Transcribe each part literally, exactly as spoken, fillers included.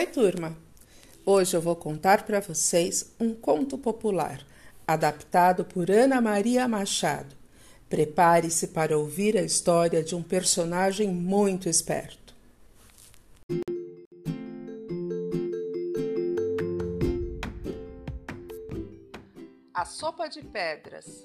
turma! Hoje eu vou contar para vocês um conto popular, adaptado por Ana Maria Machado. Prepare-se para ouvir a história de um personagem muito esperto. A sopa de pedras.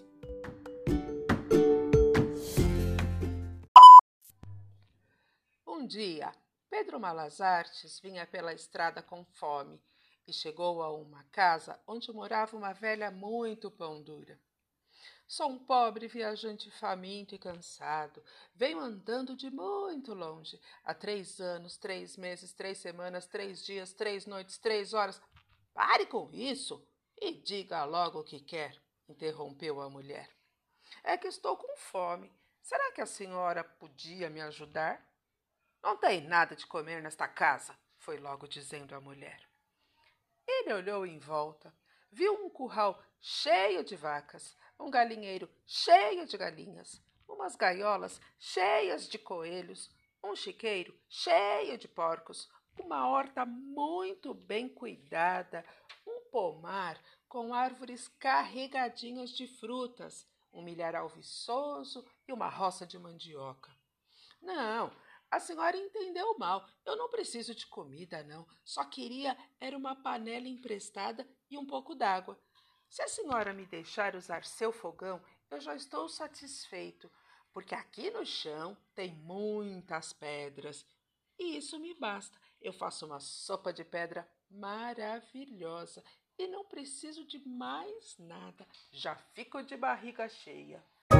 Um dia, Pedro Malas Artes vinha pela estrada com fome e chegou a uma casa onde morava uma velha muito pão dura. Sou um pobre viajante faminto e cansado. Venho andando de muito longe. Há três anos, três meses, três semanas, três dias, três noites, três horas. Pare com isso e diga logo o que quer, interrompeu a mulher. É que estou com fome. Será que a senhora podia me ajudar? Não tem nada de comer nesta casa, foi logo dizendo a mulher. Ele olhou em volta, viu um curral cheio de vacas, um galinheiro cheio de galinhas, umas gaiolas cheias de coelhos, um chiqueiro cheio de porcos, uma horta muito bem cuidada, um pomar com árvores carregadinhas de frutas, um milharal viçoso e uma roça de mandioca. Não, a senhora entendeu mal. Eu não preciso de comida, não. Só queria era uma panela emprestada e um pouco d'água. Se a senhora me deixar usar seu fogão, eu já estou satisfeito, porque aqui no chão tem muitas pedras. E isso me basta. Eu faço uma sopa de pedra maravilhosa e não preciso de mais nada. Já fico de barriga cheia.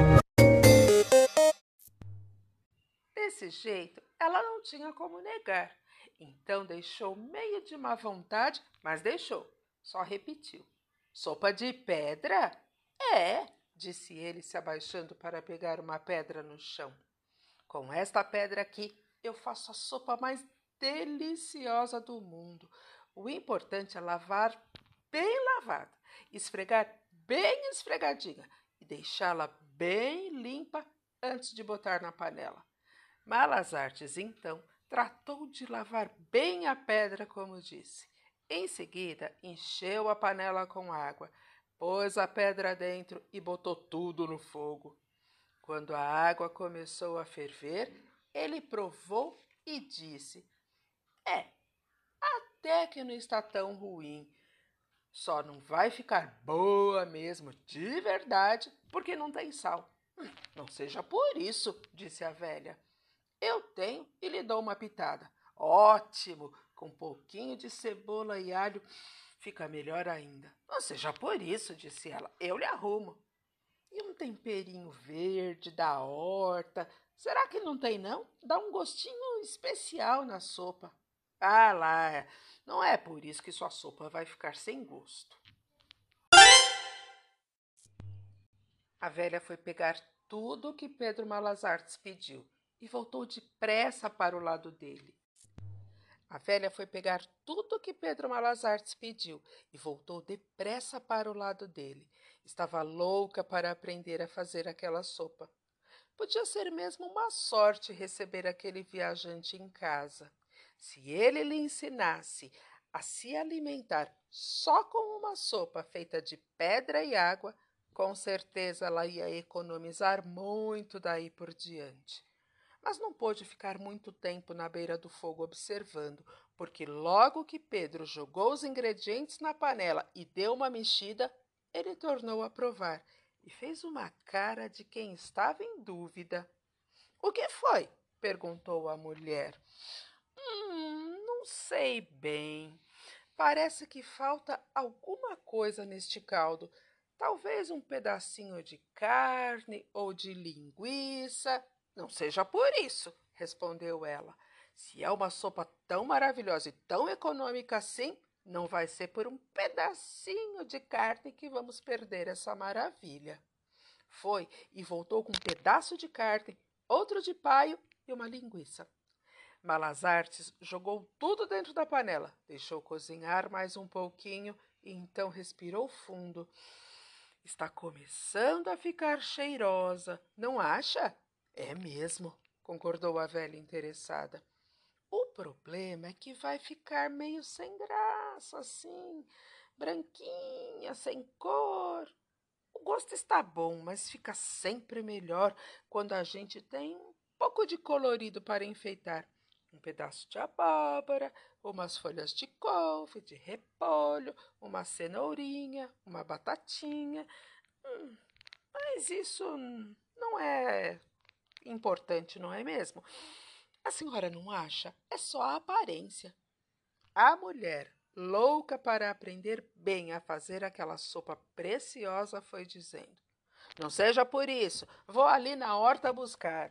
Desse jeito, ela não tinha como negar. Então deixou meio de má vontade, mas deixou. Só repetiu. Sopa de pedra? É, disse ele, se abaixando para pegar uma pedra no chão. Com esta pedra aqui, eu faço a sopa mais deliciosa do mundo. O importante é lavar bem lavada, esfregar bem esfregadinha e deixá-la bem limpa antes de botar na panela. Malas Artes, então, tratou de lavar bem a pedra, como disse. Em seguida, encheu a panela com água, pôs a pedra dentro e botou tudo no fogo. Quando a água começou a ferver, ele provou e disse: É, até que não está tão ruim. Só não vai ficar boa mesmo, de verdade, porque não tem sal. Hum, não seja por isso, disse a velha. Eu tenho e lhe dou uma pitada. Ótimo! Com um pouquinho de cebola e alho fica melhor ainda. Não seja por isso, disse ela. Eu lhe arrumo. E um temperinho verde da horta. Será que não tem, não? Dá um gostinho especial na sopa. Ah lá, não é por isso que sua sopa vai ficar sem gosto. A velha foi pegar tudo o que Pedro Malas Artes pediu e voltou depressa para o lado dele. A velha foi pegar tudo o que Pedro Malas Artes pediu e voltou depressa para o lado dele. Estava louca para aprender a fazer aquela sopa. Podia ser mesmo uma sorte receber aquele viajante em casa. Se ele lhe ensinasse a se alimentar só com uma sopa feita de pedra e água, com certeza ela ia economizar muito daí por diante. Mas não pôde ficar muito tempo na beira do fogo observando, porque logo que Pedro jogou os ingredientes na panela e deu uma mexida, ele tornou a provar e fez uma cara de quem estava em dúvida. O que foi? Perguntou a mulher. Hum, não sei bem. Parece que falta alguma coisa neste caldo. Talvez um pedacinho de carne ou de linguiça. Não seja por isso, respondeu ela. Se é uma sopa tão maravilhosa e tão econômica assim, não vai ser por um pedacinho de carne que vamos perder essa maravilha. Foi e voltou com um pedaço de carne, outro de paio e uma linguiça. Malas Artes jogou tudo dentro da panela, deixou cozinhar mais um pouquinho e então respirou fundo. Está começando a ficar cheirosa, não acha? É mesmo, concordou a velha interessada. O problema é que vai ficar meio sem graça, assim, branquinha, sem cor. O gosto está bom, mas fica sempre melhor quando a gente tem um pouco de colorido para enfeitar. Um pedaço de abóbora, umas folhas de couve, de repolho, uma cenourinha, uma batatinha. Hum, mas isso não é importante, não é mesmo? A senhora não acha? É só a aparência. A mulher, louca para aprender bem a fazer aquela sopa preciosa, foi dizendo: Não seja por isso, vou ali na horta buscar.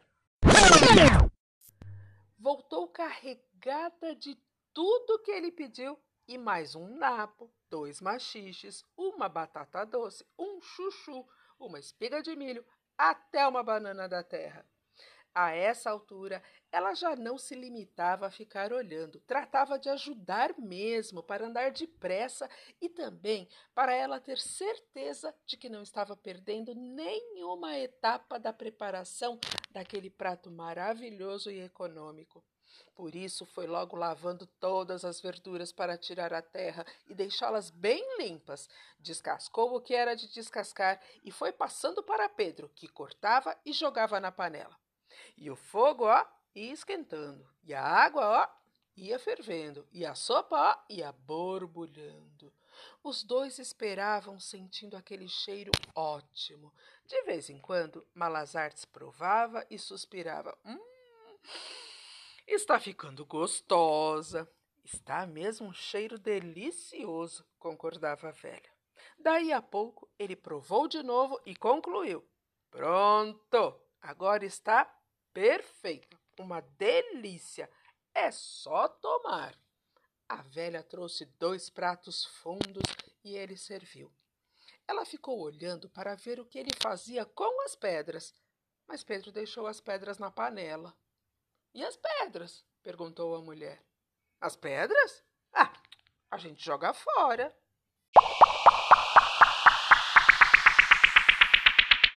Voltou carregada de tudo que ele pediu e mais um nabo, dois machiches, uma batata doce, um chuchu, uma espiga de milho, até uma banana da terra. A essa altura, ela já não se limitava a ficar olhando, tratava de ajudar mesmo para andar depressa e também para ela ter certeza de que não estava perdendo nenhuma etapa da preparação daquele prato maravilhoso e econômico. Por isso, foi logo lavando todas as verduras para tirar a terra e deixá-las bem limpas. Descascou o que era de descascar e foi passando para Pedro, que cortava e jogava na panela. E o fogo, ó, ia esquentando. E a água, ó, ia fervendo. E a sopa, ó, ia borbulhando. Os dois esperavam, sentindo aquele cheiro ótimo. De vez em quando, Malazartes provava e suspirava. Hum, está ficando gostosa. Está mesmo um cheiro delicioso, concordava a velha. Daí a pouco, ele provou de novo e concluiu. Pronto, agora está perfeito, uma delícia, é só tomar. A velha trouxe dois pratos fundos e ele serviu. Ela ficou olhando para ver o que ele fazia com as pedras, mas Pedro deixou as pedras na panela. E as pedras? Perguntou a mulher. As pedras? Ah, a gente joga fora.